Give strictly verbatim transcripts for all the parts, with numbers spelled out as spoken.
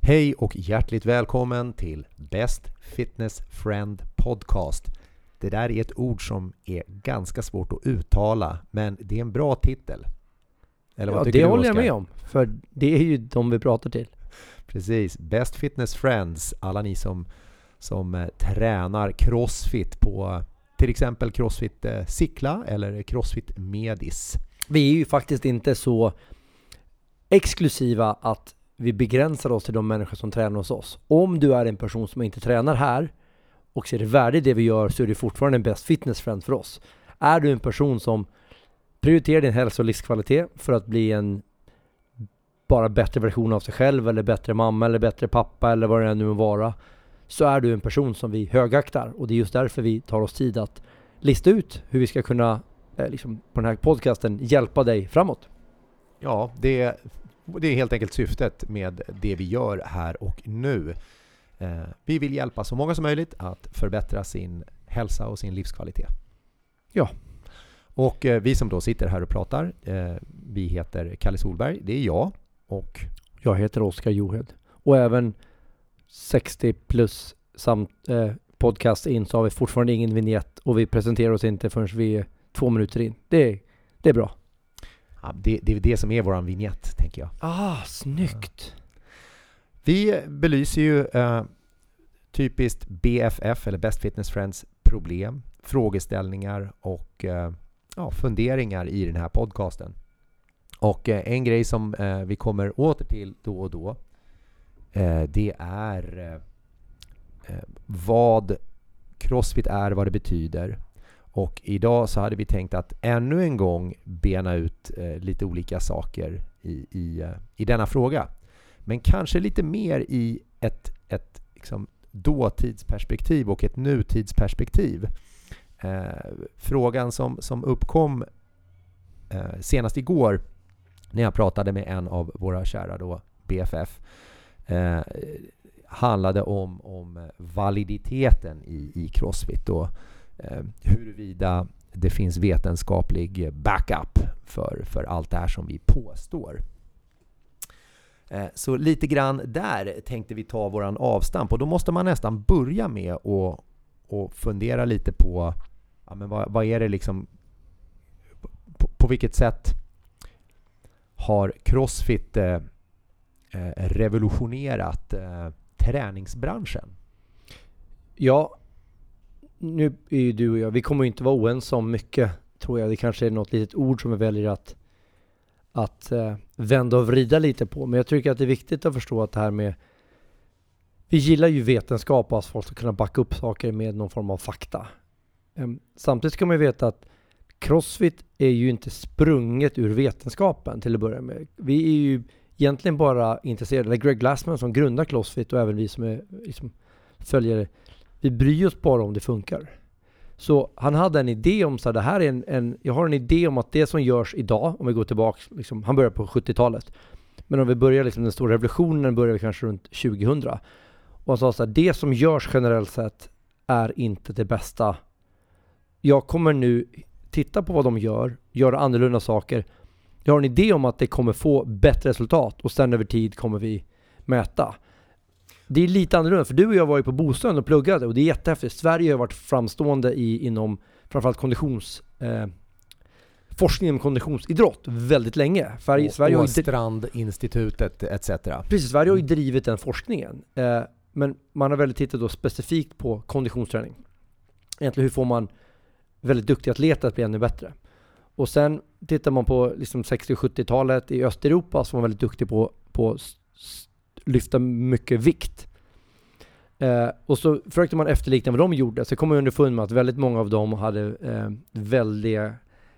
Hej och hjärtligt välkommen till Best Fitness Friend Podcast. Det där är ett ord som är ganska svårt att uttala, men det är en bra titel. Eller vad ja, tycker det du, håller jag Oskar? med om. För det är ju de vi pratar till. Precis. Best Fitness Friends. Alla ni som, som eh, tränar crossfit på till exempel crossfit eh, Sickla eller crossfit Medis. Vi är ju faktiskt inte så exklusiva att vi begränsar oss till de människor som tränar hos oss. Om du är en person som inte tränar här och ser det värde i det vi gör, så är det fortfarande en Best Fitness Friend för oss. Är du en person som prioriterar din hälsa och livskvalitet för att bli en bara bättre version av sig själv, eller bättre mamma eller bättre pappa eller vad det nu må vara, så är du en person som vi högaktar. Och det är just därför vi tar oss tid att lista ut hur vi ska kunna eh, liksom på den här podcasten hjälpa dig framåt. Ja, det, det är helt enkelt syftet med det vi gör här och nu. Eh, vi vill hjälpa så många som möjligt att förbättra sin hälsa och sin livskvalitet. Ja. Och eh, vi som då sitter här och pratar, eh, vi heter Kalle Solberg, det är jag. Och jag heter Oskar Johed. Och även sextio plus samt eh, podcast in, så har vi fortfarande ingen vignett. Och vi presenterar oss inte förrän vi är två minuter in. Det är, det är bra. Ja, det, det är det som är våran vignett, tänker jag. Ah, snyggt. Vi belyser ju eh, typiskt B F F eller Best Fitness Friends problem, frågeställningar och eh, ja, funderingar i den här podcasten. Och eh, en grej som eh, vi kommer åter till då och då, eh, det är eh, vad CrossFit är, vad det betyder. Och idag så hade vi tänkt att ännu en gång bena ut eh, lite olika saker i, i, eh, i denna fråga. Men kanske lite mer i ett, ett liksom, dåtidsperspektiv och ett nutidsperspektiv. Eh, frågan som, som uppkom eh, senast igår när jag pratade med en av våra kära då, B F F eh, handlade om, om validiteten i, i CrossFit och eh, huruvida det finns vetenskaplig backup för, för allt det här som vi påstår. Eh, så lite grann där tänkte vi ta våran avstamp, och då måste man nästan börja med att och fundera lite på ja, men vad, vad är det liksom på, på vilket sätt har CrossFit eh, revolutionerat eh, träningsbranschen? Ja, nu är ju du och jag, vi kommer ju inte vara oense om mycket, tror jag. Det kanske är något litet ord som vi väljer att, att eh, vända och vrida lite på. Men jag tycker att det är viktigt att förstå att det här med, vi gillar ju vetenskap och att folk ska kunna backa upp saker med någon form av fakta. Um, samtidigt ska man ju veta att CrossFit är ju inte sprunget ur vetenskapen till att börja med. Vi är ju egentligen bara intresserade, eller Greg Glassman som grundar CrossFit och även vi som är liksom följare, vi bryr oss bara om det funkar. Så han hade en idé om så här, det här är en, en, jag har en idé om att det som görs idag, om vi går tillbaka, liksom, han började på sjuttiotalet, men om vi börjar liksom, den stora revolutionen börjar kanske runt tjugohundra. Och han sa så här, det som görs generellt sett är inte det bästa. Jag kommer nu titta på vad de gör, göra annorlunda saker. Jag har en idé om att det kommer få bättre resultat och sen över tid kommer vi mäta. Det är lite annorlunda, för du och jag var ju på Bosön och pluggade och det är jättehäftigt. Sverige har varit framstående i, inom framförallt konditions... Eh, forskning om konditionsidrott väldigt länge. För och, Sverige och har ju Strandinstitutet et cetera. Precis, Sverige har ju drivit den forskningen. Eh, men man har väldigt tittat då specifikt på konditionsträning. Egentligen hur får man väldigt duktiga atleter att bli ännu bättre. Och sen tittar man på liksom sextio- och sjuttiotalet i Östeuropa, så var man väldigt duktig på att lyfta mycket vikt. Eh, och så försökte man efterlikna vad de gjorde. Så kom man underfund med att väldigt många av dem hade eh, väldiga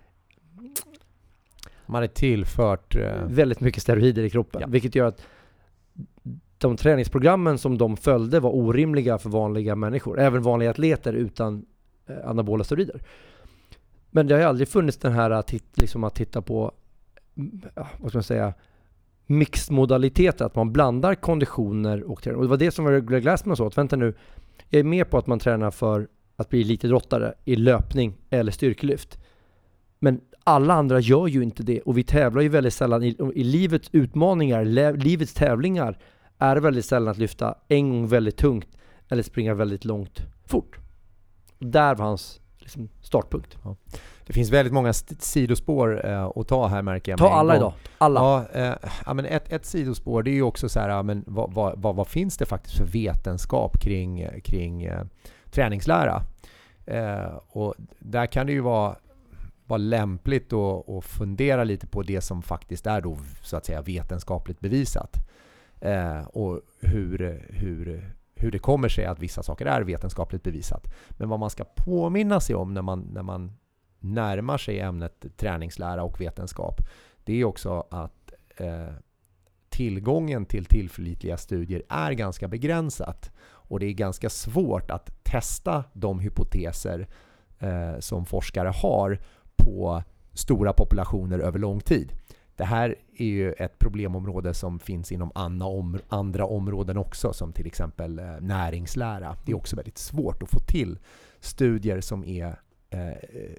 Man hade tillfört eh... väldigt mycket steroider i kroppen. Ja. Vilket gör att de träningsprogrammen som de följde var orimliga för vanliga människor. Även vanliga atleter utan eh, anabola steroider. Men det har ju aldrig funnits den här att, liksom att titta på ja, vad ska man säga, mixmodaliteter. Att man blandar konditioner och träning. Och det var det som var Greg Glassman sa. Att vänta nu, jag är med på att man tränar för att bli elitidrottare i löpning eller styrkelyft. Men alla andra gör ju inte det. Och vi tävlar ju väldigt sällan i, i livets utmaningar, le, livets tävlingar är väldigt sällan att lyfta en gång väldigt tungt eller springa väldigt långt fort. Och där var hans liksom, startpunkt. Ja. Det finns väldigt många st- sidospår eh, att ta här, märker jag. Ta alla idag. Alla. Ja, eh, ja, men ett, ett sidospår, det är ju också så här, ja, men vad, vad, vad, vad finns det faktiskt för vetenskap kring, kring eh, träningslära? Eh, och där kan det ju vara, vara lämpligt att, att fundera lite på det som faktiskt är då, så att säga, vetenskapligt bevisat. Eh, och hur, hur, hur det kommer sig att vissa saker är vetenskapligt bevisat. Men vad man ska påminna sig om när man, när man närmar sig ämnet träningslära och vetenskap, det är också att eh, tillgången till tillförlitliga studier är ganska begränsat. Och det är ganska svårt att testa de hypoteser eh, som forskare har på stora populationer över lång tid. Det här är ju ett problemområde som finns inom andra, om, andra områden också, som till exempel eh, näringslära. Det är också väldigt svårt att få till studier som är eh,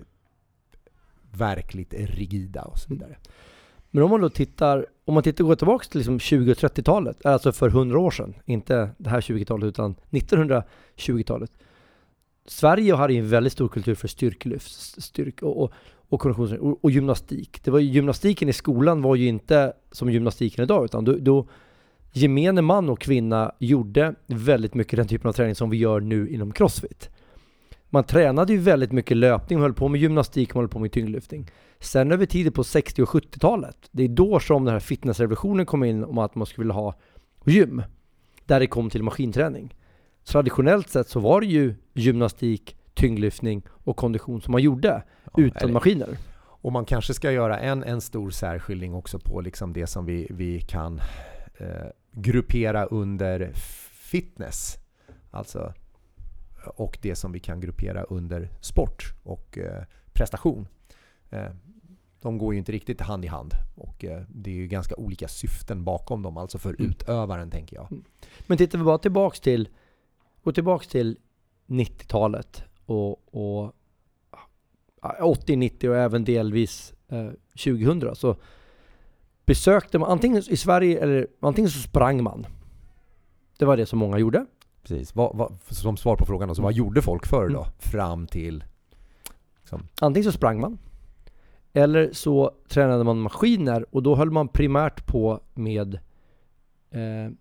verkligt rigida och så vidare. Men om man då tittar, om man tittar går tillbaka till liksom tjugo- och trettiotalet, alltså för hundra år sedan, inte det här tjugotalet utan nittonhundratjugotalet. Sverige hade en väldigt stor kultur för styrkelyft, styrk och, och, och konditions- och, och gymnastik. Det var ju, gymnastiken i skolan var ju inte som gymnastiken idag, utan då, då gemene man och kvinna gjorde väldigt mycket den typen av träning som vi gör nu inom CrossFit. Man tränade ju väldigt mycket löpning, man höll på med gymnastik, man höll på med tyngdlyftning. Sen över tiden på sextio- och sjuttiotalet, det är då som den här fitnessrevolutionen kom in om att man skulle vilja ha gym. Där det kom till maskinträning. Traditionellt sett så var det ju gymnastik, tyngdlyftning och kondition som man gjorde ja, utan eller, maskiner. Och man kanske ska göra en, en stor särskiljning också på liksom det som vi, vi kan eh, gruppera under fitness. Alltså, och det som vi kan gruppera under sport och eh, prestation. Eh, de går ju inte riktigt hand i hand. Och eh, det är ju ganska olika syften bakom dem. Alltså för mm. utövaren, tänker jag. Mm. Men tittar vi bara tillbaks till, gå tillbaks till nittiotalet och, och åttio nittio och även delvis eh, tjugohundra. Så besökte man antingen i Sverige eller antingen så sprang man. Det var det som många gjorde. Precis. Vad, vad, som svar på frågan, alltså, vad gjorde folk förr då? Mm. Fram till... Liksom. Antingen så sprang man. Eller så tränade man maskiner. Och då höll man primärt på med eh,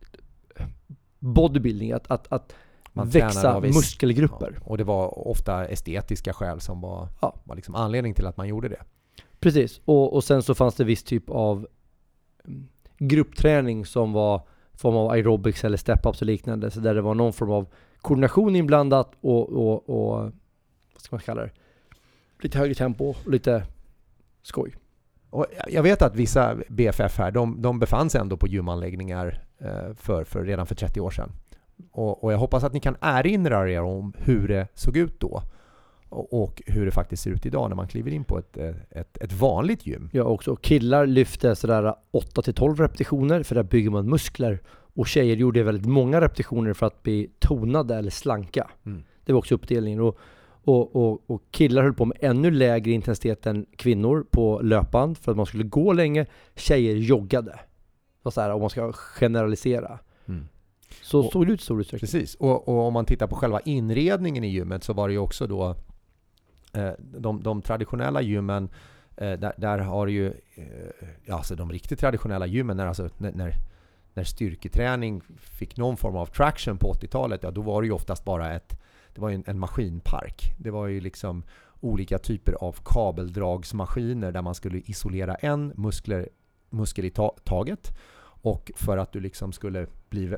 bodybuilding. Att, att, att man växa viss, muskelgrupper. Ja, och det var ofta estetiska skäl som var, ja. var liksom anledning till att man gjorde det. Precis. Och, och sen så fanns det viss typ av um, gruppträning som var form av aerobics eller step-ups och liknande. Så där det var någon form av koordination inblandat och, och, och vad ska man kalla det? Lite högre tempo och lite skoj. Och jag vet att vissa B F F här, de, de befann sig ändå på gymanläggningar eh, för, för redan för trettio år sedan. Och, och jag hoppas att ni kan erinra er om hur det såg ut då. Och, och hur det faktiskt ser ut idag när man kliver in på ett, ett, ett vanligt gym. Ja, också. Killar lyfte sådär åtta till tolv repetitioner för där bygger man muskler. Och tjejer gjorde väldigt många repetitioner för att bli tonade eller slanka. Mm. Det var också uppdelningen. Och, och, och, och killar höll på med ännu lägre intensitet än kvinnor på löpband för att man skulle gå länge. Tjejer joggade. Så här, om man ska generalisera. Mm. Så och, såg det ut i stor utsträckning. Precis. Och, och om man tittar på själva inredningen i gymmet så var det ju också då eh, de, de traditionella gymmen eh, där, där har ju eh, ja, alltså de riktigt traditionella gymmen när, alltså, när, när, när styrketräning fick någon form av traction på åttiotalet, ja, då var det ju oftast bara ett det var ju en, en maskinpark. Det var ju liksom olika typer av kabeldragsmaskiner där man skulle isolera en muskler, muskel i ta- taget och för att du liksom skulle bli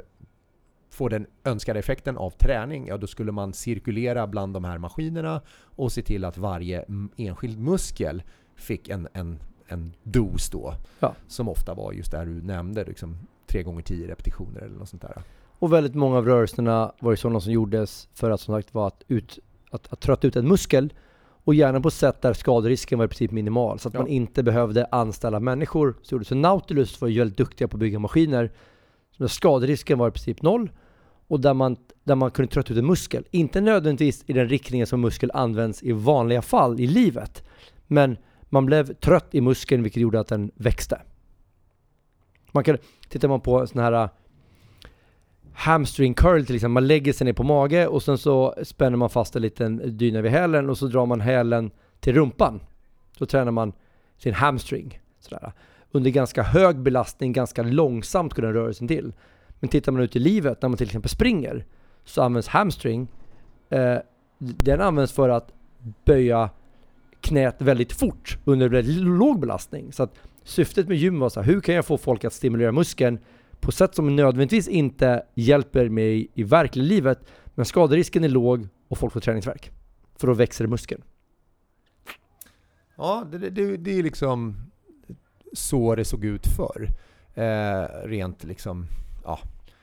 få den önskade effekten av träning, ja då skulle man cirkulera bland de här maskinerna och se till att varje enskild muskel fick en, en, en dos då. Ja. Som ofta var just där du nämnde, liksom tre gånger tio repetitioner eller något sånt där. Och väldigt många av rörelserna var ju sådana som gjordes för att som sagt var att, ut, att, att trötta ut en muskel och gärna på sätt där skaderisken var i princip minimal så att ja. man inte behövde anställa människor. Så, så Nautilus var ju väldigt duktiga på att bygga maskiner så där skaderisken var i princip noll. Och där man, där man kunde trötta ut en muskel. Inte nödvändigtvis i den riktningen som muskel används i vanliga fall i livet. Men man blev trött i muskeln vilket gjorde att den växte. Man kan, tittar man på såna här hamstring curl till exempel. Man lägger sig ner på mage och sen så spänner man fast en liten dyna vid hälen och så drar man hälen till rumpan. Så tränar man sin hamstring. Sådär. Under ganska hög belastning, ganska långsamt går den rörelsen till. Men tittar man ut i livet, när man till exempel springer, så används hamstring. Eh, den används för att böja knät väldigt fort under väldigt låg belastning. Så att syftet med gym var så här, hur kan jag få folk att stimulera muskeln på sätt som nödvändigtvis inte hjälper mig i verkliga livet, men skaderisken är låg och folk får träningsvärk. För då växer muskeln. Ja, det, det, det är liksom så det såg ut förr. Eh, rent liksom, ja,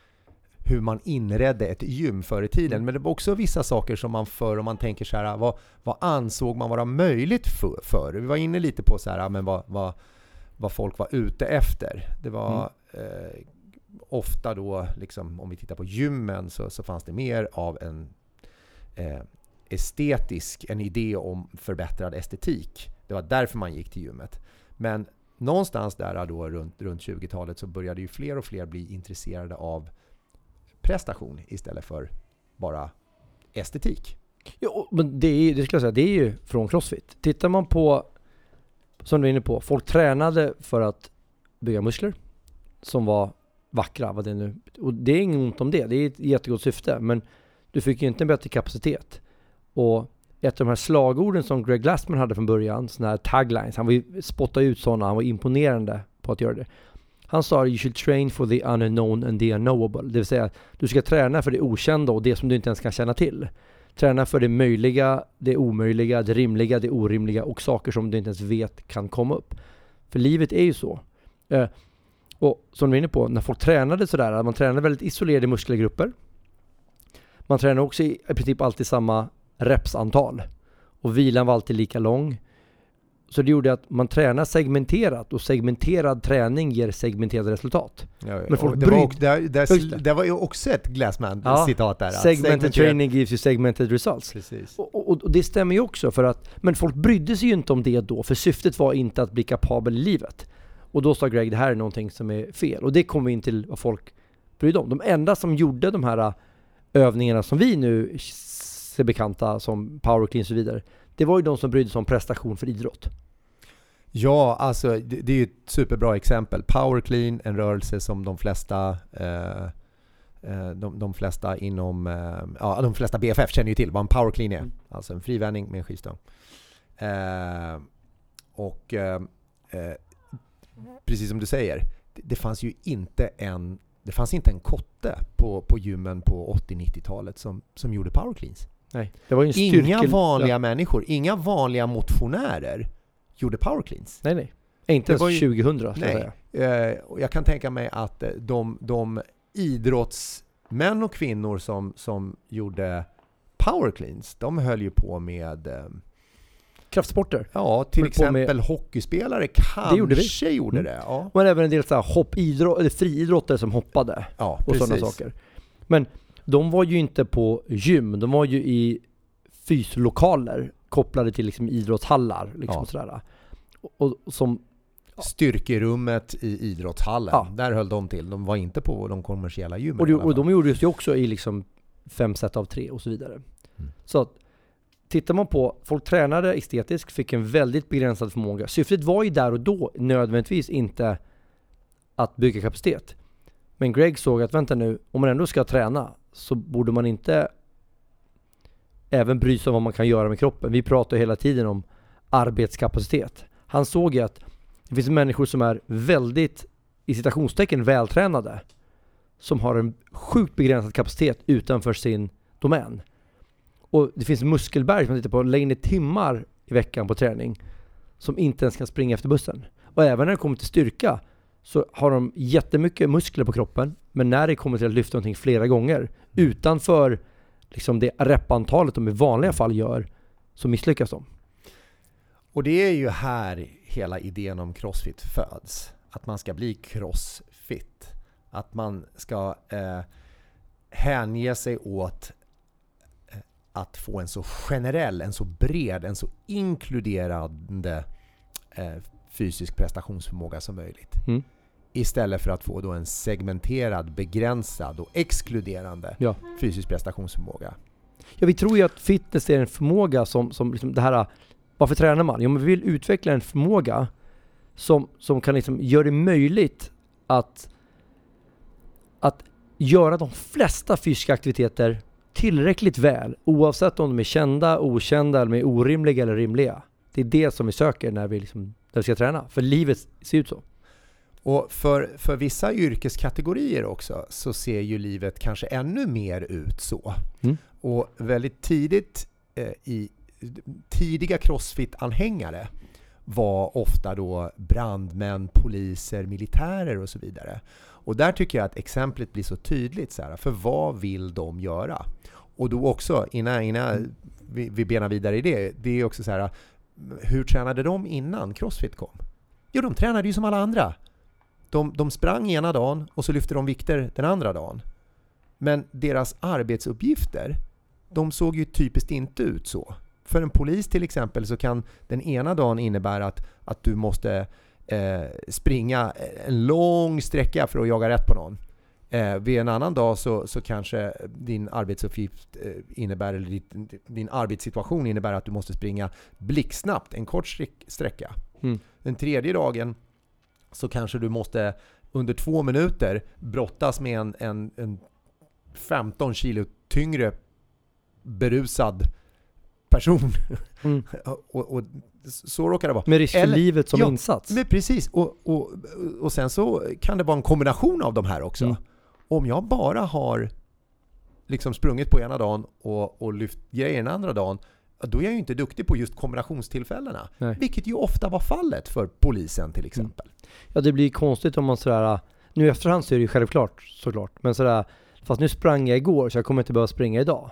hur man inredde ett gym förr i tiden. Mm. Men det var också vissa saker som man förr, om man tänker så här, vad, vad ansåg man vara möjligt för, för? Vi var inne lite på så här, men vad, vad, vad folk var ute efter. Det var mm. eh, ofta då, liksom, om vi tittar på gymmen, så, så fanns det mer av en eh, estetisk, en idé om förbättrad estetik. Det var därför man gick till gymmet. Men någonstans där då runt, runt tjugotalet så började ju fler och fler bli intresserade av prestation istället för bara estetik. Ja, men det är, det ska jag säga, det är ju från CrossFit. Tittar man på, som du är inne på, folk tränade för att bygga muskler som var vackra, vad det nu. Och det är inget ont om det, det är ett jättegott syfte, men du fick ju inte en bättre kapacitet. Och ett av de här slagorden som Greg Glassman hade från början, såna här taglines, han var ju spotta ut sådana, han var imponerande på att göra det. Han sa, you should train for the unknown and the unknowable. Det vill säga, du ska träna för det okända och det som du inte ens kan känna till. Träna för det möjliga, det omöjliga, det rimliga, det orimliga och saker som du inte ens vet kan komma upp. För livet är ju så. Eh, och som du är inne på, när folk tränade sådär, man tränade väldigt isolerade muskelgrupper. Man tränade också i princip alltid samma repsantal. Och vilan var alltid lika lång. Så det gjorde att man tränar segmenterat och segmenterad träning ger segmenterade resultat. Ja, men folk det, var också, där, där, det var ju också ett Glassman-citat ja, där. Segmented training gives you segmented results. Precis. Och, och, och det stämmer ju också för att, men folk brydde sig ju inte om det då, för syftet var inte att bli kapabel i livet. Och då sa Greg, det här är någonting som är fel. Och det kom vi in till vad folk brydde om. De enda som gjorde de här övningarna som vi nu ser bekanta som power clean och så vidare, det var ju de som brydde sig om prestation för idrott. Ja, alltså det, det är ju ett superbra exempel. Power clean, en rörelse som de flesta eh, de, de flesta inom eh, ja, de flesta B F F känner ju till vad en power clean är. Mm. Alltså en frivändning med en skivstång. Eh, och eh, precis som du säger, det, det fanns ju inte en det fanns inte en kotte på, på gymmen på åttio-nittiotalet som, som gjorde power cleans. Nej, det var ju en styrke... Inga vanliga ja. människor, inga vanliga motionärer gjorde power cleans. Nej, nej. Inte ens ju, tjugohundra. Nej. Jag, jag kan tänka mig att de, de idrottsmän och kvinnor som, som gjorde power cleans, de höll ju på med... kraftsporter. Ja, till exempel med... hockeyspelare kanske det gjorde, vi. gjorde mm. det. Ja. Men även en del så här hoppidrott, eller friidrottare som hoppade ja, och sådana saker. Men de var ju inte på gym, de var ju i fyslokaler kopplade till liksom idrottshallar liksom ja. sådär. Och, och som ja. Styrkerummet i idrottshallen, ja. där höll de till. De var inte på de kommersiella gymmen. Och, det, och de gjorde ju också i liksom fem set av tre och så vidare. Mm. Så att tittar man på, folk tränade estetiskt, fick en väldigt begränsad förmåga. Syftet var ju där och då nödvändigtvis inte att bygga kapacitet. Men Greg såg att vänta nu, om man ändå ska träna så borde man inte även bry sig om vad man kan göra med kroppen. Vi pratar hela tiden om arbetskapacitet. Han såg ju att det finns människor som är väldigt, i citationstecken, vältränade som har en sjukt begränsad kapacitet utanför sin domän. Och det finns muskelberg som man tittar på längre timmar i veckan på träning som inte ens kan springa efter bussen. Och även när det kommer till styrka så har de jättemycket muskler på kroppen, men när det kommer till att lyfta någonting flera gånger utanför liksom det repantalet de i vanliga fall gör, så misslyckas de. Och det är ju här hela idén om CrossFit föds. Att man ska bli crossfit. Att man ska eh, hänge sig åt eh, att få en så generell, en så bred, en så inkluderande eh, fysisk prestationsförmåga som möjligt. Mm. istället för att få då en segmenterad, begränsad och exkluderande ja. fysisk prestationsförmåga. Ja, vi tror ju att fitness är en förmåga som, som liksom det här, varför tränar man? Jo, men vi vill utveckla en förmåga som, som kan liksom göra det möjligt att, att göra de flesta fysiska aktiviteter tillräckligt väl, oavsett om de är kända, okända eller är orimliga eller rimliga. Det är det som vi söker när vi, liksom, när vi ska träna, för livet ser ut så. Och för, för vissa yrkeskategorier också så ser ju livet kanske ännu mer ut så. Mm. Och väldigt tidigt eh, i tidiga crossfit-anhängare var ofta då brandmän, poliser, militärer och så vidare. Och där tycker jag att exemplet blir så tydligt så här, för vad vill de göra? Och då också, innan, innan vi, vi benar vidare i det, det är också så här, hur tränade de innan crossfit kom? Jo, de tränade ju som alla andra. De, de sprang ena dagen och så lyfte de vikter den andra dagen. Men deras arbetsuppgifter, de såg ju typiskt inte ut så. För en polis till exempel så kan den ena dagen innebära att, att du måste eh, springa en lång sträcka för att jaga rätt på någon. Eh, vid en annan dag så, så kanske din arbetsuppgift eh, innebär, eller din, din arbetssituation innebär att du måste springa blixtsnabbt en kort sträcka. Mm. Den tredje dagen så kanske du måste under två minuter brottas med en, en, en femton kilo tyngre berusad person. Mm. och, och så råkar det vara. Med risk för Eller, livet som ja, insats. Men precis. Och, och, och sen så kan det vara en kombination av de här också. Mm. Om jag bara har liksom sprungit på ena dagen och, och lyft grejer den andra dagen, då är jag ju inte duktig på just kombinationstillfällena. Nej. Vilket ju ofta var fallet för polisen till exempel. Mm. Ja, det blir konstigt om man sådär, nu i efterhand så är det ju självklart såklart, men sådär, fast nu sprang jag igår så jag kommer inte behöva springa idag.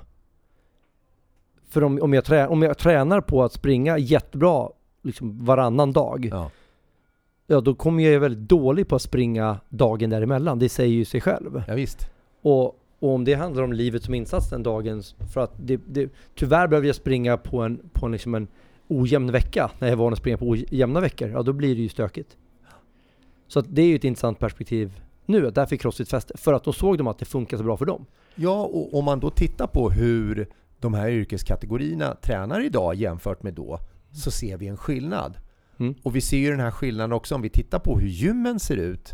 För om, om, jag, trä, om jag tränar på att springa jättebra liksom varannan dag, ja. Ja, då kommer jag ju väldigt dålig på att springa dagen däremellan. Det säger ju sig själv. Ja, visst. Och, och om det handlar om livet som insats den dagen, för att det, det, tyvärr behöver jag springa på en, på en, liksom en ojämn vecka, när jag var van att springa på ojämna veckor, ja då blir det ju stökigt. Så att det är ju ett intressant perspektiv nu, att där fick CrossFit fäste, för att de såg de att det funkar så bra för dem. Ja, och om man då tittar på hur de här yrkeskategorierna tränar idag jämfört med då, så ser vi en skillnad. Mm. Och vi ser ju den här skillnaden också om vi tittar på hur gymmen ser ut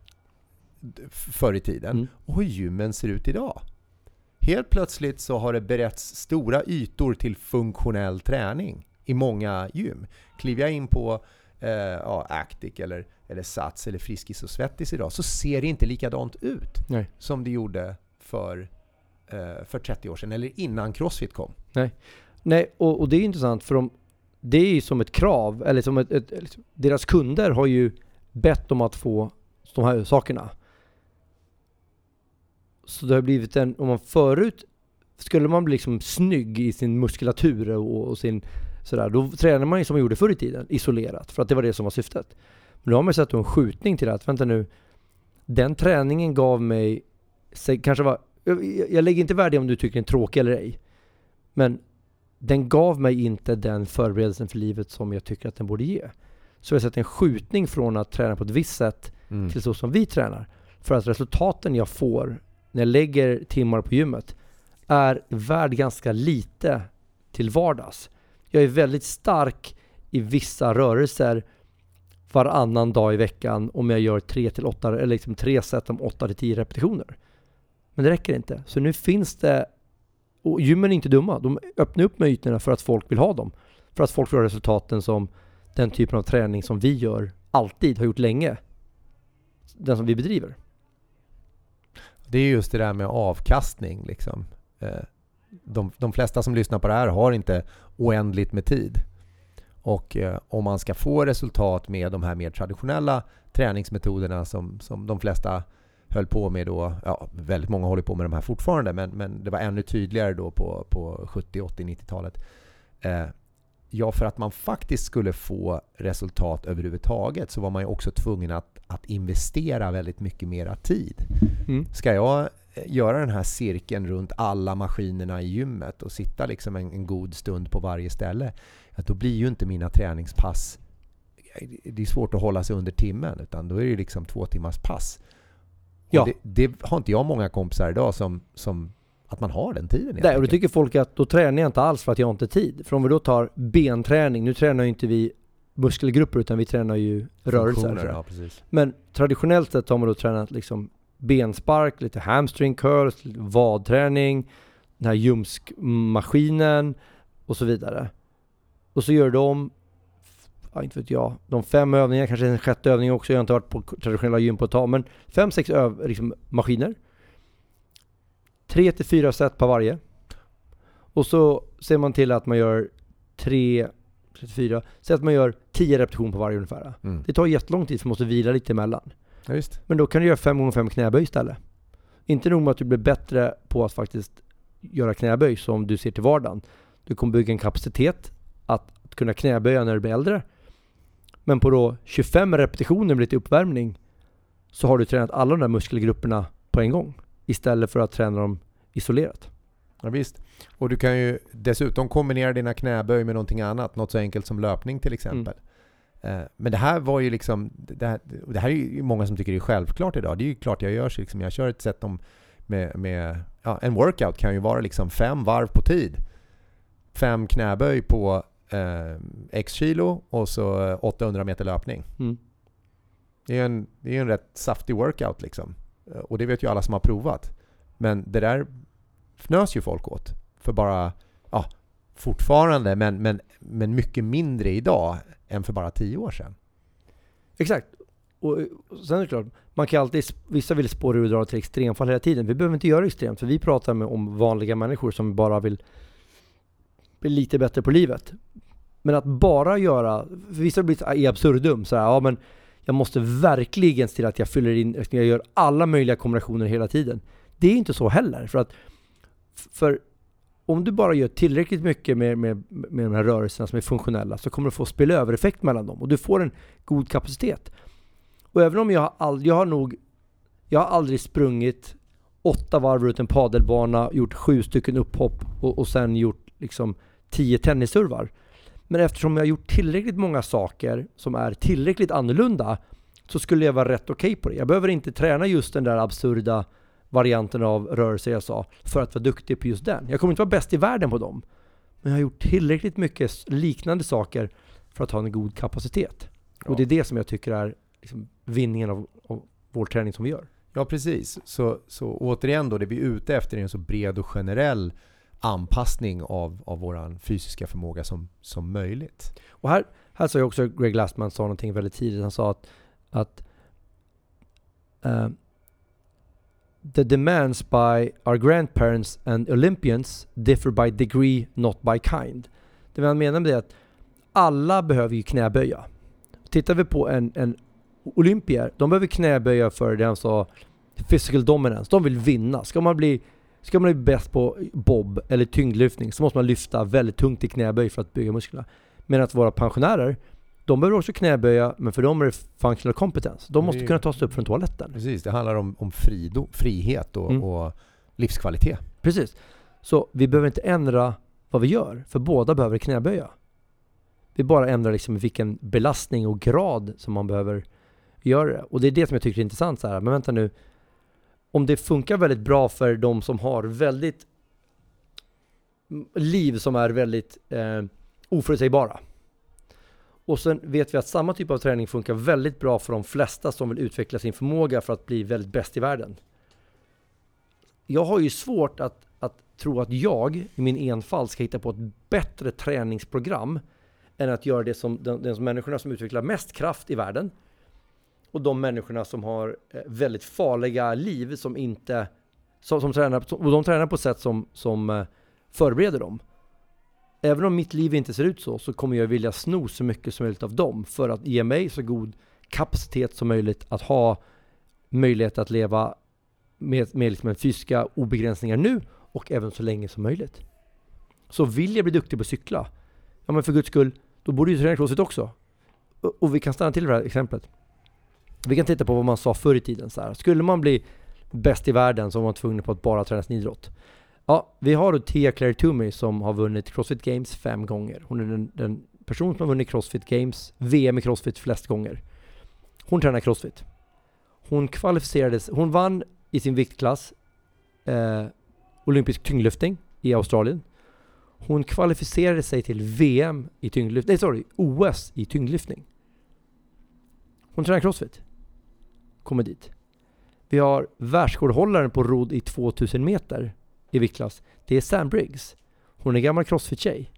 förr i tiden mm. och hur gymmen ser ut idag. Helt plötsligt så har det beretts stora ytor till funktionell träning i många gym. Kliver jag in på eh, ja, Actic eller, eller Sats eller Friskis och Svettis idag, så ser det inte likadant ut Nej. som det gjorde för, eh, för trettio år sedan eller innan CrossFit kom. Nej, Nej och, och det är intressant för de det är ju som ett krav, eller som ett, ett, ett, deras kunder har ju bett om att få de här sakerna. Så det har blivit en, om man förut skulle man bli liksom snygg i sin muskulatur och, och sin sådär, då tränar man ju som man gjorde förr i tiden, isolerat, för att det var det som var syftet. Men nu har man sett en skjutning till att, vänta nu, den träningen gav mig, kanske var, jag, jag lägger inte värde om du tycker den är tråkig eller ej, men den gav mig inte den förberedelsen för livet som jag tycker att den borde ge. Så jag har sett en skjutning från att träna på ett visst sätt mm. till så som vi tränar. För att resultaten jag får när jag lägger timmar på gymmet är värd ganska lite till vardags. Jag är väldigt stark i vissa rörelser varannan dag i veckan om jag gör tre till åtta eller liksom tre set om åtta till tio repetitioner. Men det räcker inte. Så nu finns det, och gymmen är inte dumma. De öppnar upp med ytorna för att folk vill ha dem. För att folk får resultaten som den typen av träning som vi gör alltid har gjort länge. Den som vi bedriver. Det är just det där med avkastning. Liksom. De, de flesta som lyssnar på det här har inte oändligt med tid. Och eh, om man ska få resultat med de här mer traditionella träningsmetoderna som, som de flesta höll på med då, ja, väldigt många håller på med de här fortfarande, men, men det var ännu tydligare då på, på sjuttio, åttio, nittiotalet. Eh, ja, för att man faktiskt skulle få resultat överhuvudtaget så var man ju också tvungen att, att investera väldigt mycket mera tid. Mm. Ska jag göra den här cirkeln runt alla maskinerna i gymmet och sitta liksom en, en god stund på varje ställe, ja, då blir ju inte mina träningspass det är svårt att hålla sig under timmen, utan då är det liksom två timmars pass. Ja. Det, det har inte jag många kompisar idag som, som att man har den tiden. Nej, och då tycker folk att då tränar jag inte alls för att jag har inte tid. För om vi då tar benträning, nu tränar ju inte vi muskelgrupper utan vi tränar ju rörelser. Ja, precis. Men traditionellt sett har man då tränat liksom benspark, lite hamstring curls, lite vadträning, den här ljumskmaskinen och så vidare. Och så gör de, ja, inte vet jag, de fem övningar, kanske en sjätte övning också. Jag har inte varit på traditionella gym på ett tag, men fem, sex öv, liksom, maskiner. Tre till fyra set på varje. Och så ser man till att man gör tre, tre till fyra, så att man gör tio repetitioner på varje ungefär. Mm. Det tar jättelång tid för man måste vila lite emellan. Ja, just. Men då kan du göra fem gånger fem knäböj istället. Inte nog med att du blir bättre på att faktiskt göra knäböj som du ser till vardagen. Du kommer bygga en kapacitet att kunna knäböja när du blir äldre. Men på då tjugofem repetitioner med lite uppvärmning så har du tränat alla de där muskelgrupperna på en gång istället för att träna dem isolerat. Ja, visst. Och du kan ju dessutom kombinera dina knäböj med någonting annat. Något så enkelt som löpning till exempel. Mm. Men det här var ju liksom, det här, det här är ju många som tycker det är självklart idag. Det är ju klart jag gör så liksom, jag kör ett sätt om med, med ja, en workout kan ju vara liksom fem varv på tid. Fem knäböj på eh, x kilo och så åttahundra meter löpning. Mm. Det är en, det är en rätt saftig workout liksom. Och det vet ju alla som har provat. Men det där fnös ju folk åt. För bara, ja, fortfarande, men, men, men mycket mindre idag än för bara tio år sedan. Exakt. Och, och sen är det klart, man kan alltid, vissa vill spåra och dra till extremfall hela tiden. Vi behöver inte göra extremt, för vi pratar med, om vanliga människor som bara vill bli lite bättre på livet. Men att bara göra, för vissa blir i absurdum, så här, ja men jag måste verkligen se till att jag fyller in, jag gör alla möjliga kombinationer hela tiden. Det är inte så heller, för att för om du bara gör tillräckligt mycket med, med, med de här rörelserna som är funktionella, så kommer du få spillövereffekt mellan dem och du får en god kapacitet. Och även om jag har, all, jag har nog jag har aldrig sprungit åtta varv ut en padelbana, gjort sju stycken upphopp och, och sen gjort liksom tio tennisservar. Men eftersom jag har gjort tillräckligt många saker som är tillräckligt annorlunda, så skulle jag vara rätt okej okay på det. Jag behöver inte träna just den där absurda varianten av rörelse jag sa för att vara duktig på just den. Jag kommer inte vara bäst i världen på dem. Men jag har gjort tillräckligt mycket liknande saker för att ha en god kapacitet. Ja. Och det är det som jag tycker är liksom vinningen av, av vår träning som vi gör. Ja, precis. Så, så återigen då, det vi är ute efter är en så bred och generell anpassning av, av vår fysiska förmåga som, som möjligt. Och här, här sa jag också, Greg Glassman sa någonting väldigt tidigt. Han sa att, att uh, the demands by our grandparents and Olympians differ by degree, not by kind. Det man menar med det är att alla behöver ju knäböja. Tittar vi på en, en olympier, de behöver knäböja för det han sa physical dominance. De vill vinna. Ska man bli Ska man bli bäst på bob eller tyngdlyftning, så måste man lyfta väldigt tungt i knäböj för att bygga musklerna. Men att våra pensionärer, de behöver också knäböja, men för dem är det functional competence. De måste det, kunna ta sig upp från toaletten. Precis, det handlar om, om frido, frihet och, mm. och livskvalitet. Precis. Så vi behöver inte ändra vad vi gör, för båda behöver knäböja. Vi bara ändrar liksom vilken belastning och grad som man behöver göra. Och det är det som jag tycker är intressant. Så här. Men vänta nu, om det funkar väldigt bra för de som har väldigt liv som är väldigt eh, oförutsägbara. Och sen vet vi att samma typ av träning funkar väldigt bra för de flesta som vill utveckla sin förmåga för att bli väldigt bäst i världen. Jag har ju svårt att, att tro att jag i min enfald ska hitta på ett bättre träningsprogram än att göra det som de, de människorna som utvecklar mest kraft i världen. Och de människorna som har väldigt farliga liv som inte som, som tränar, och de tränar på sätt som, som förbereder dem. Även om mitt liv inte ser ut så, så kommer jag vilja sno så mycket som möjligt av dem för att ge mig så god kapacitet som möjligt att ha möjlighet att leva med, med liksom fysiska obegränsningar nu och även så länge som möjligt. Så vill jag bli duktig på att cykla, ja men för guds skull, då borde ju träna crossfit också. Och, och vi kan stanna till det här exemplet. Vi kan titta på vad man sa förr i tiden. Så här. Skulle man bli bäst i världen så var man tvungen på att bara träna sin idrott. Ja, vi har då Tia Claire Toomey som har vunnit CrossFit Games fem gånger. Hon är den, den person som har vunnit CrossFit Games, V M i CrossFit flest gånger. Hon tränar CrossFit. Hon kvalificerades, hon vann i sin viktklass eh, olympisk tyngdlyftning i Australien. Hon kvalificerade sig till V M i tyngdlyftning, nej sorry, O S i tyngdlyftning. Hon tränar CrossFit. Kommer dit. Vi har världsrekordhållaren på rodd i tvåtusen meter i viktklass. Det är Sam Briggs. Hon är gammal CrossFit-tjej.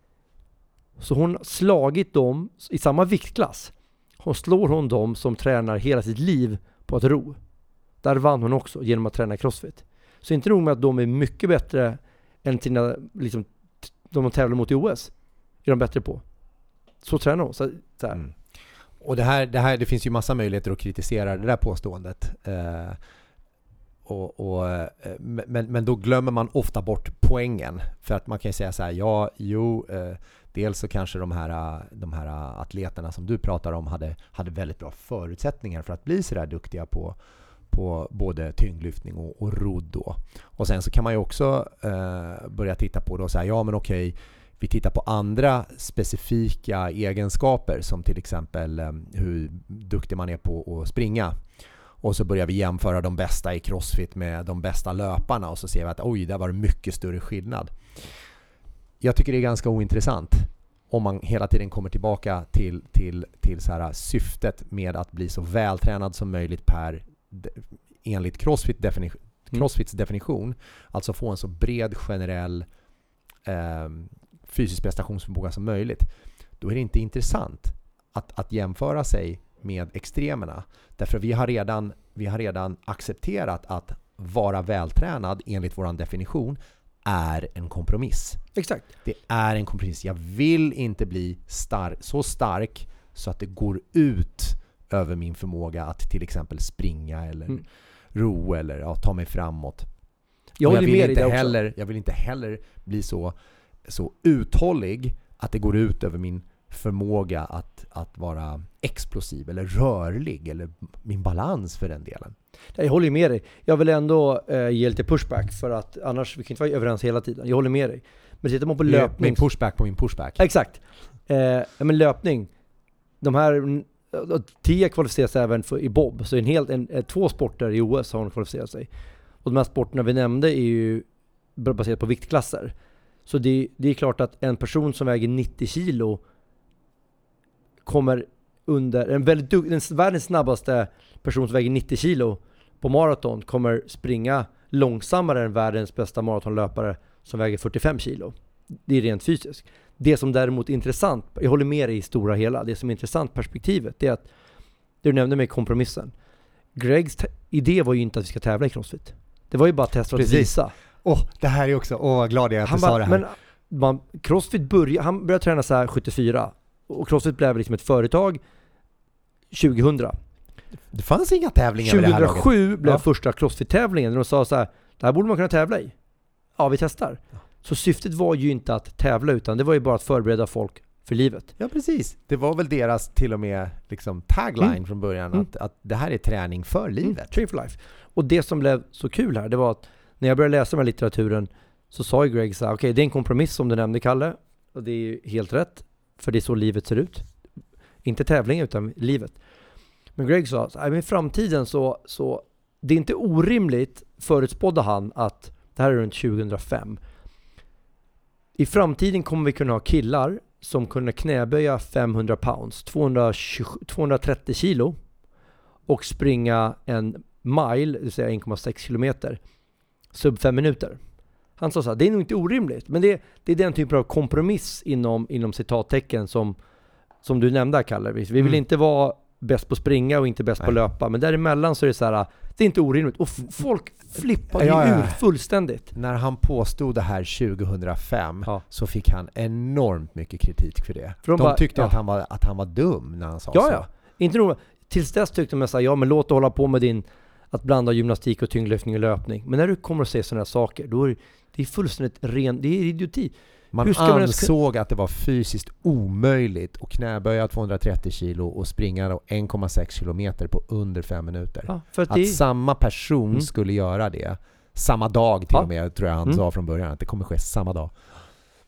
Så hon har slagit dem i samma viktklass. Hon slår hon dem som tränar hela sitt liv på att ro. Där vann hon också genom att träna CrossFit. Så inte nog med att de är mycket bättre än sina, liksom, de de tävlar mot i O S. Är de bättre på. Så tränar hon. Så, så här. Mm. Och det här, det här, det finns ju massa möjligheter att kritisera det där påståendet. Eh, och, och, men, men då glömmer man ofta bort poängen. För att man kan ju säga så här, ja, jo, eh, dels så kanske de här, de här atleterna som du pratar om hade, hade väldigt bra förutsättningar för att bli så där duktiga på, på både tyngdlyftning och, och rodd då. Och sen så kan man ju också eh, börja titta på då och säga, ja men okej, vi tittar på andra specifika egenskaper som till exempel eh, hur duktig man är på att springa. Och så börjar vi jämföra de bästa i CrossFit med de bästa löparna och så ser vi att oj, där var det mycket större skillnad. Jag tycker det är ganska ointressant om man hela tiden kommer tillbaka till, till, till så här syftet med att bli så vältränad som möjligt per enligt CrossFit defini- CrossFits definition. Alltså få en så bred generell eh, fysisk prestationsförmåga som möjligt. Då är det inte intressant att, att jämföra sig med extremerna. Därför vi har redan, vi har redan accepterat att vara vältränad enligt vår definition är en kompromiss. Exakt. Det är en kompromiss. Jag vill inte bli star- så stark så att det går ut över min förmåga att till exempel springa eller mm. ro eller ja, ta mig framåt. Jag, jag, vill inte heller, jag vill inte heller bli så, så uthållig att det går ut över min förmåga att, att vara explosiv eller rörlig eller min balans för den delen. Jag håller med dig. Jag vill ändå eh, ge lite pushback för att annars vi kan inte vara överens hela tiden. Jag håller med dig. Men tittar man på löpning... Min pushback på min pushback. Exakt. Eh, men löpning. De här... Tia kvalificeras även för, i bob. Så en helt, en, en, två sporter i O S har hon kvalificerat sig. Och de här sporterna vi nämnde är ju baserat på viktklasser. Så det, det är klart att en person som väger nittio kilo kommer under en väldigt den världens snabbaste person som väger nittio kilo på maraton kommer springa långsammare än världens bästa maratonlöpare som väger fyrtiofem kilo. Det är rent fysiskt. Det som däremot är intressant, jag håller med dig i stora hela, det som är intressant perspektivet det är att det du nämnde med kompromissen. Gregs t- idé var ju inte att vi ska tävla i CrossFit. Det var ju bara att testa att visa. Åh, oh, det här är också, åh oh, vad glad jag är att han du ba, sa det här. Men man, CrossFit började, han började träna så här sjuttiofyra och CrossFit blev liksom ett företag tjugohundra. Det fanns inga tävlingar med det här tjugohundrasju blev ja. första CrossFit-tävlingen. De sa så här, det här borde man kunna tävla i. Ja, vi testar. Ja. Så syftet var ju inte att tävla utan det var ju bara att förbereda folk för livet. Ja, precis. Det var väl deras till och med liksom tagline mm. från början mm. att, att det här är träning för livet. Mm. Train for life. Och det som blev så kul här, det var att när jag började läsa den här litteraturen så sa ju Greg så här, okej, okay, det är en kompromiss som du nämnde, Kalle. Och det är ju helt rätt. För det är så livet ser ut. Inte tävling utan livet. Men Greg sa att i framtiden så, så det är inte orimligt, förutspådde han, att det här är runt tjugohundrafem. I framtiden kommer vi kunna ha killar som kunna knäböja femhundra pounds, tvåhundratjugo, tvåhundratrettio kilo och springa en mile, det vill säga en komma sex kilometer, sub fem minuter. Han sa så här, det är nog inte orimligt, men det, det är den typen av kompromiss inom, inom citattecken som, som du nämnde, Kalle. Vi vill mm. inte vara bäst på springa och inte bäst Nej. på löpa, men däremellan så är det så här, det är inte orimligt. Och f- folk flippade ja, ja. ur fullständigt. När han påstod det här tjugohundrafem ja. så fick han enormt mycket kritik för det. För de, de bara, tyckte ja. att, han var, att han var dum när han sa ja, så. Ja, inte nog. Tills dess tyckte de att ja, men låt dig hålla på med din att blanda gymnastik och tyngdlyftning och löpning. Men när du kommer att se sådana här saker, då är det, det är fullständigt ren, det är idioti. Man ansåg man att det var fysiskt omöjligt att knäböja tvåhundratrettio kilo och springa en komma sex kilometer på under fem minuter. Ja, för att att det... samma person mm. skulle göra det samma dag till ja. och med, tror jag han mm. sa från början, att det kommer ske samma dag.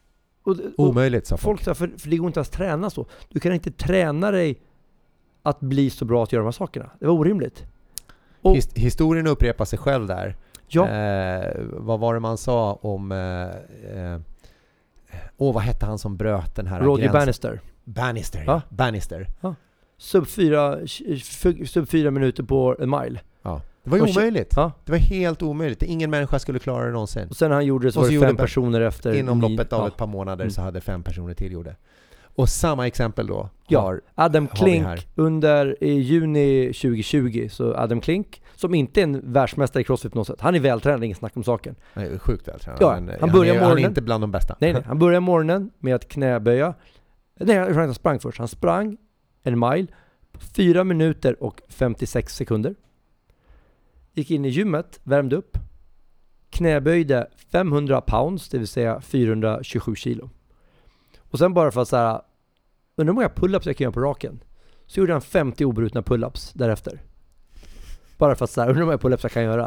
och, och, Omöjligt, sa folk. folk. För, för det går inte att träna så. Du kan inte träna dig att bli så bra att göra de här sakerna. Det var orimligt. Och, His, historien upprepar sig själv där. Ja. Eh, vad var det man sa om... Eh, eh, åh, vad hette han som bröt den här Roger gränsen? Bannister. Bannister, ja. Ja. Bannister. Ja. Sub fyra, sub fyra minuter på en mile. Ja. Det var ju Och- omöjligt. Ja. Det var helt omöjligt. Ingen människa skulle klara det någonsin. Och sen när han gjorde det så Och var så det gjorde fem Per- personer efter. Inom ni- loppet av ja. ett par månader Mm. så hade fem personer till gjort det. Och samma exempel då Ja. har... Adam har vi Klink här. under i juni tjugo tjugo, så Adam Klink, som inte är en världsmästare i crossfit på något sätt. Han är vältränad, ingen snack om saken. Han är sjukt vältränad. Ja, men, han börjar är, han är morgonen. inte bland de bästa. Nej, nej. Han började morgonen med att knäböja. Nej, jag tror han sprang först. Han sprang en mile på fyra minuter och femtiosex sekunder. Gick in i gymmet, värmde upp. Knäböjde femhundra pounds, det vill säga fyrahundratjugosju kilo. Och sen bara för att så här, undrar hur många pull-ups jag kan göra på raken. Så gjorde han femtio obrutna pull-ups därefter. Bara för att så här, undrar hur många pull-ups jag kan göra.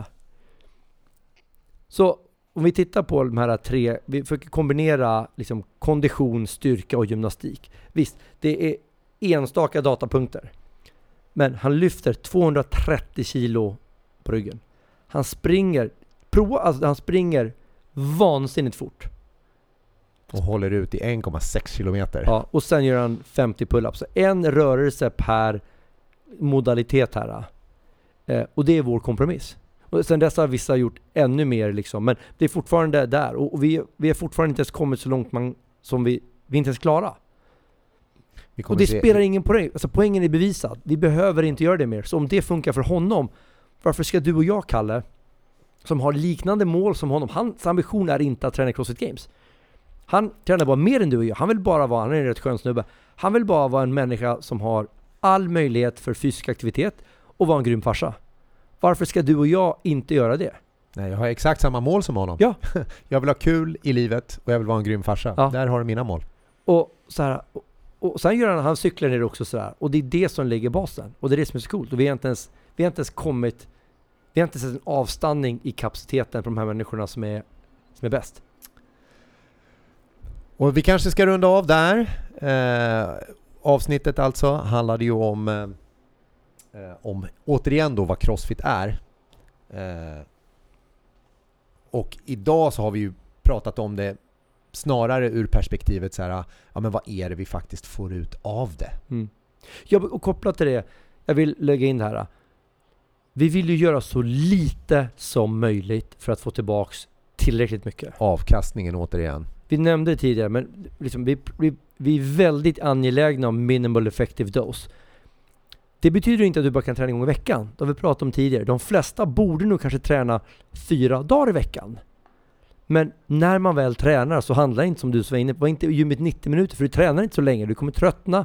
Så om vi tittar på de här tre, vi försöker kombinera liksom kondition, styrka och gymnastik. Visst, det är enstaka datapunkter. Men han lyfter tvåhundratrettio kilo på ryggen. Han springer, prova, alltså han springer vansinnigt fort. Och håller ut i en komma sex kilometer. Ja, och sen gör han femtio pull-ups. Så en rörelse per modalitet här. Eh, och det är vår kompromiss. Och sen dess har vissa gjort ännu mer liksom. Men det är fortfarande där. Och, och vi, vi har fortfarande inte ens kommit så långt man, som vi, vi inte ens klara. Vi kommer Och det se- spelar ingen poäng. Alltså poängen är bevisad. Vi behöver inte göra det mer. Så om det funkar för honom, varför ska du och jag, Kalle, som har liknande mål som honom, hans ambition är inte att träna CrossFit Games. Han tränar bara mer än du och jag. Han vill bara vara, han är en rätt skön snubbe. Han vill bara vara en människa som har all möjlighet för fysisk aktivitet och vara en grym farsa. Varför ska du och jag inte göra det? Nej, jag har exakt samma mål som honom. Ja. Jag vill ha kul i livet och jag vill vara en grym farsa. Ja. Där har du mina mål. Och så här, och, och sen gör han, han cyklar ner också så här. Och det är det som lägger basen. Och det är det som är så coolt. Och vi har inte ens, vi har inte ens kommit, vi har inte sett en avstanning i kapaciteten på de här människorna som är, som är bäst. Och vi kanske ska runda av där. Eh, avsnittet alltså handlade ju om, eh, om återigen då vad CrossFit är. Eh, och idag så har vi ju pratat om det snarare ur perspektivet så här, ja men vad är det vi faktiskt får ut av det? Mm. Ja, och kopplat till det, jag vill lägga in det här. Vi vill ju göra så lite som möjligt för att få tillbaks tillräckligt mycket. Avkastningen återigen. Vi nämnde det tidigare, men liksom vi, vi, vi är väldigt angelägna om minimal effective dose. Det betyder inte att du bara kan träna en gång i veckan. Det har vi pratat om tidigare. De flesta borde nog kanske träna fyra dagar i veckan. Men när man väl tränar så handlar det inte, som du var inne på, var inte gymmet nittio minuter, för du tränar inte så länge. Du kommer tröttna.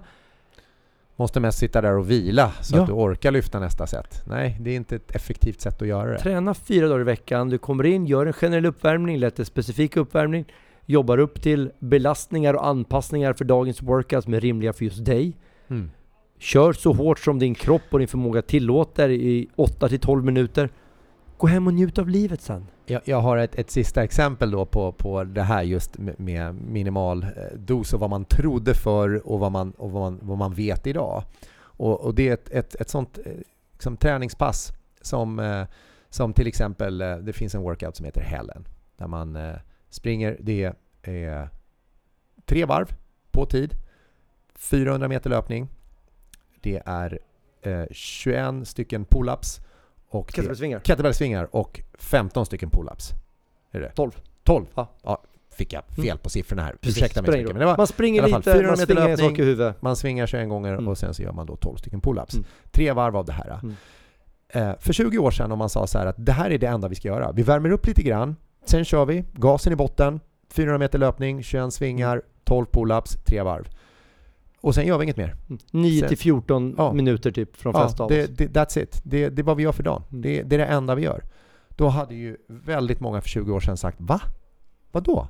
Måste mest sitta där och vila så Ja. att du orkar lyfta nästa set. Nej, det är inte ett effektivt sätt att göra det. Träna fyra dagar i veckan. Du kommer in, gör en generell uppvärmning, lite specifik uppvärmning. Jobbar upp till belastningar och anpassningar för dagens workouts med rimliga för just dig. Mm. Kör så hårt som din kropp och din förmåga tillåter i åtta till tolv minuter. Gå hem och njut av livet sen. Jag, jag har ett, ett sista exempel då på, på det här just med, med minimal eh, dos och vad man trodde för och vad man, och vad man, vad man vet idag. Och, och det är ett, ett, ett sånt eh, liksom, träningspass som, eh, som till exempel, eh, det finns en workout som heter Hellen där man eh, springer, det är tre varv på tid, fyrahundra meter löpning, det är eh, tjugoett stycken pull-ups och Kettlebellsvingar. kettlebellsvingar och femton stycken pull-ups. Är det? tolv. tolv? Ja. Ja, fick jag fel på siffrorna här. Precis, Ursäkta mig så spelar mycket. ingen Men det var, Man springer i alla fall lite, fyrahundra man meter springer en löpning. sak i huvudet. man svingar tjugoett gånger Mm. och sen så gör man då tolv stycken pull-ups. Mm. Tre varv av det här. Mm. Eh, för tjugo år sedan om man sa så här att det här är det enda vi ska göra. Vi värmer upp lite grann, sen kör vi, gasen i botten, fyrahundra meter löpning, tjugoett svingar, tolv pull-ups, tre varv. Och sen gör vi inget mer. nio till fjorton Ja. minuter typ från Ja, flesta av det, oss. det, that's it. Det, det är vad vi gör för dagen. Mm. Det, det är det enda vi gör. Då hade ju väldigt många för tjugo år sedan sagt, va? Vadå?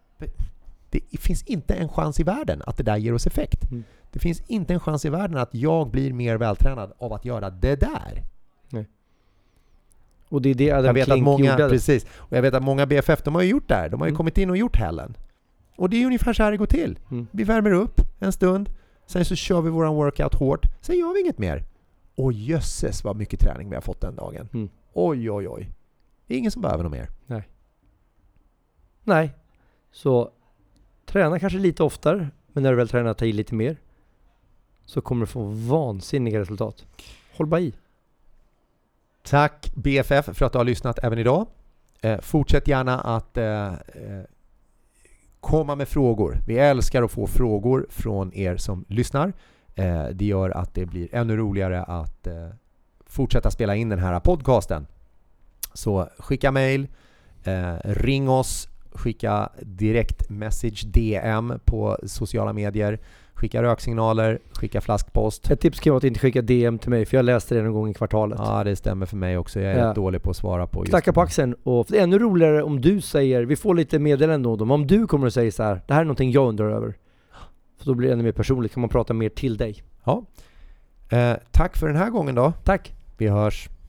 Det finns inte en chans i världen att det där ger oss effekt. Mm. Det finns inte en chans i världen att jag blir mer vältränad av att göra det där. Och det är det Adam Jag vet att Klink många, gjorde. precis. Och jag vet att många B F F, de har ju gjort det här. De har ju Mm. kommit in och gjort Hellen. Och det är ungefär så här det går till. Mm. Vi värmer upp en stund. Sen så kör vi våran workout hårt. Sen gör vi inget mer. Och jösses vad mycket träning vi har fått den dagen. Mm. Oj, oj, oj. Det är ingen som behöver något mer. Nej. Nej. Så träna kanske lite oftare. Men när du väl tränar, ta i lite mer. Så kommer du få vansinniga resultat. Håll bara i. Tack B F F för att du har lyssnat även idag. Eh, fortsätt gärna att eh, eh, komma med frågor. Vi älskar att få frågor från er som lyssnar. Eh, det gör att det blir ännu roligare att eh, fortsätta spela in den här podcasten. Så skicka mejl, eh, ring oss, skicka direkt message D M på sociala medier, skicka röksignaler, skicka flaskpost. Ett tips kan vara att inte skicka D M till mig, för jag läste det någon gång i kvartalet. Ja, det stämmer för mig också. Jag är Ja. rätt dålig på att svara på just Knacka på axeln. Och det är ännu roligare om du säger, vi får lite meddelanden om om du kommer att säga så här: det här är någonting jag undrar över. För då blir det ännu mer personligt, kan man prata mer till dig. Ja. Eh, tack för den här gången då. Tack. Vi hörs.